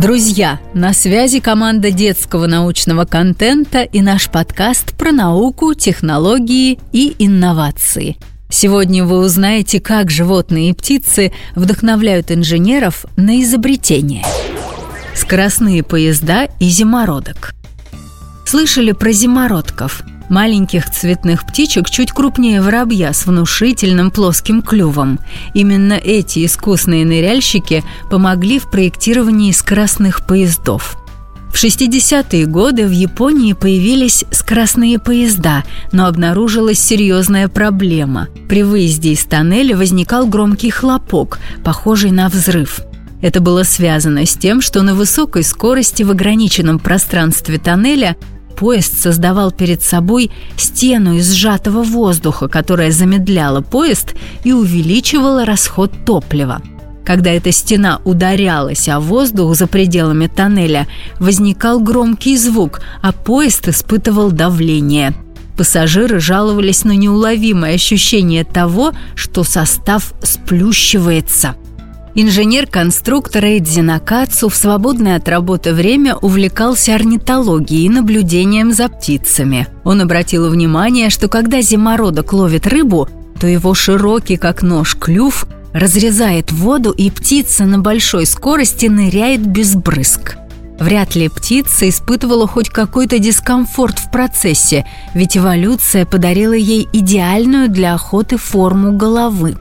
Друзья, на связи команда детского научного контента и наш подкаст про науку, технологии и инновации. Сегодня вы узнаете, как животные и птицы вдохновляют инженеров на изобретение. Скоростные поезда и зимородок. Слышали про зимородков? Маленьких цветных птичек чуть крупнее воробья с внушительным плоским клювом. Именно эти искусные ныряльщики помогли в проектировании скоростных поездов. В 60-е годы в Японии появились скоростные поезда, но обнаружилась серьезная проблема. При выезде из тоннеля возникал громкий хлопок, похожий на взрыв. Это было связано с тем, что на высокой скорости в ограниченном пространстве тоннеля поезд создавал перед собой стену из сжатого воздуха, которая замедляла поезд и увеличивала расход топлива. Когда эта стена ударялась о воздух за пределами тоннеля, возникал громкий звук, а поезд испытывал давление. Пассажиры жаловались на неуловимое ощущение того, что состав сплющивается. Инженер-конструктор Эдзи Накацу в свободное от работы время увлекался орнитологией и наблюдением за птицами. Он обратил внимание, что когда зимородок ловит рыбу, то его широкий как нож клюв разрезает воду, и птица на большой скорости ныряет без брызг. Вряд ли птица испытывала хоть какой-то дискомфорт в процессе, ведь эволюция подарила ей идеальную для охоты форму головы.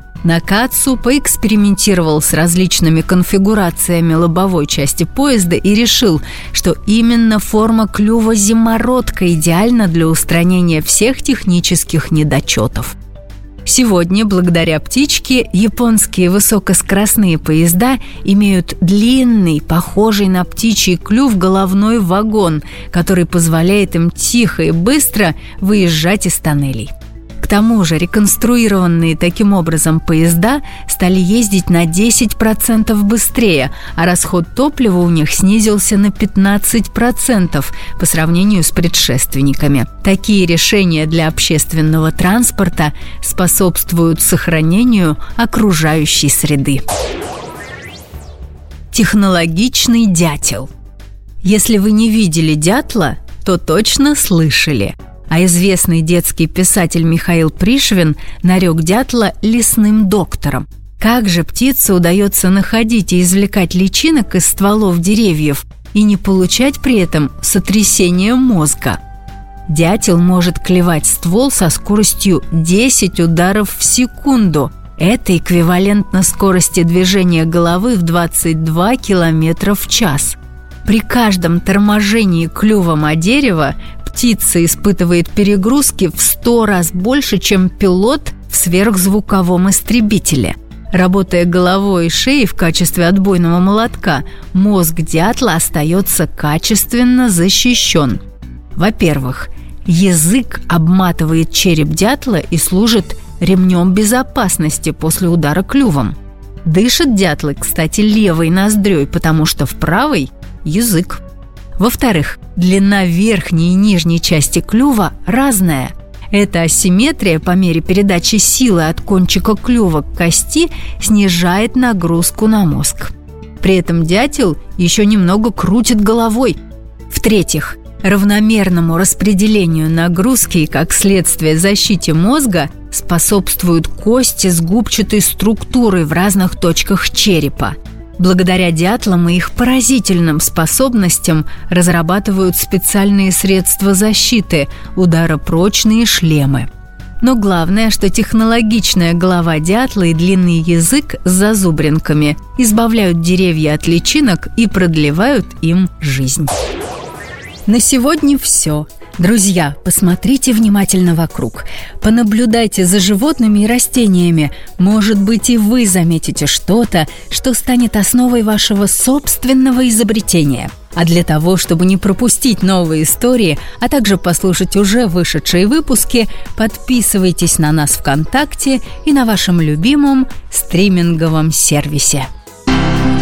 Накацу поэкспериментировал с различными конфигурациями лобовой части поезда и решил, что именно форма клюва зимородка идеальна для устранения всех технических недочетов. Сегодня, благодаря птичке, японские высокоскоростные поезда имеют длинный, похожий на птичий клюв головной вагон, который позволяет им тихо и быстро выезжать из тоннелей. К тому же реконструированные таким образом поезда стали ездить на 10% быстрее, а расход топлива у них снизился на 15% по сравнению с предшественниками. Такие решения для общественного транспорта способствуют сохранению окружающей среды. Технологичный дятел. Если вы не видели дятла, то точно слышали. А известный детский писатель Михаил Пришвин нарек дятла лесным доктором. Как же птице удается находить и извлекать личинок из стволов деревьев и не получать при этом сотрясения мозга? Дятел может клевать ствол со скоростью 10 ударов в секунду. Это эквивалентно скорости движения головы в 22 км в час. При каждом торможении клювом о дерево птица испытывает перегрузки в 100 раз больше, чем пилот в сверхзвуковом истребителе. Работая головой и шеей в качестве отбойного молотка, мозг дятла остается качественно защищен. Во-первых, язык обматывает череп дятла и служит ремнем безопасности после удара клювом. Дышат дятлы, кстати, левой ноздрёй, потому что в правой – язык. Во-вторых, длина верхней и нижней части клюва разная. Эта асимметрия по мере передачи силы от кончика клюва к кости снижает нагрузку на мозг. При этом дятел еще немного крутит головой. В-третьих, равномерному распределению нагрузки и, как следствие, защите мозга способствуют кости с губчатой структурой в разных точках черепа. Благодаря дятлам и их поразительным способностям разрабатывают специальные средства защиты, ударопрочные шлемы. Но главное, что технологичная голова дятла и длинный язык с зазубринками избавляют деревья от личинок и продлевают им жизнь. На сегодня все. Друзья, посмотрите внимательно вокруг. Понаблюдайте за животными и растениями. Может быть, и вы заметите что-то, что станет основой вашего собственного изобретения. А для того, чтобы не пропустить новые истории, а также послушать уже вышедшие выпуски, подписывайтесь на нас ВКонтакте и на вашем любимом стриминговом сервисе.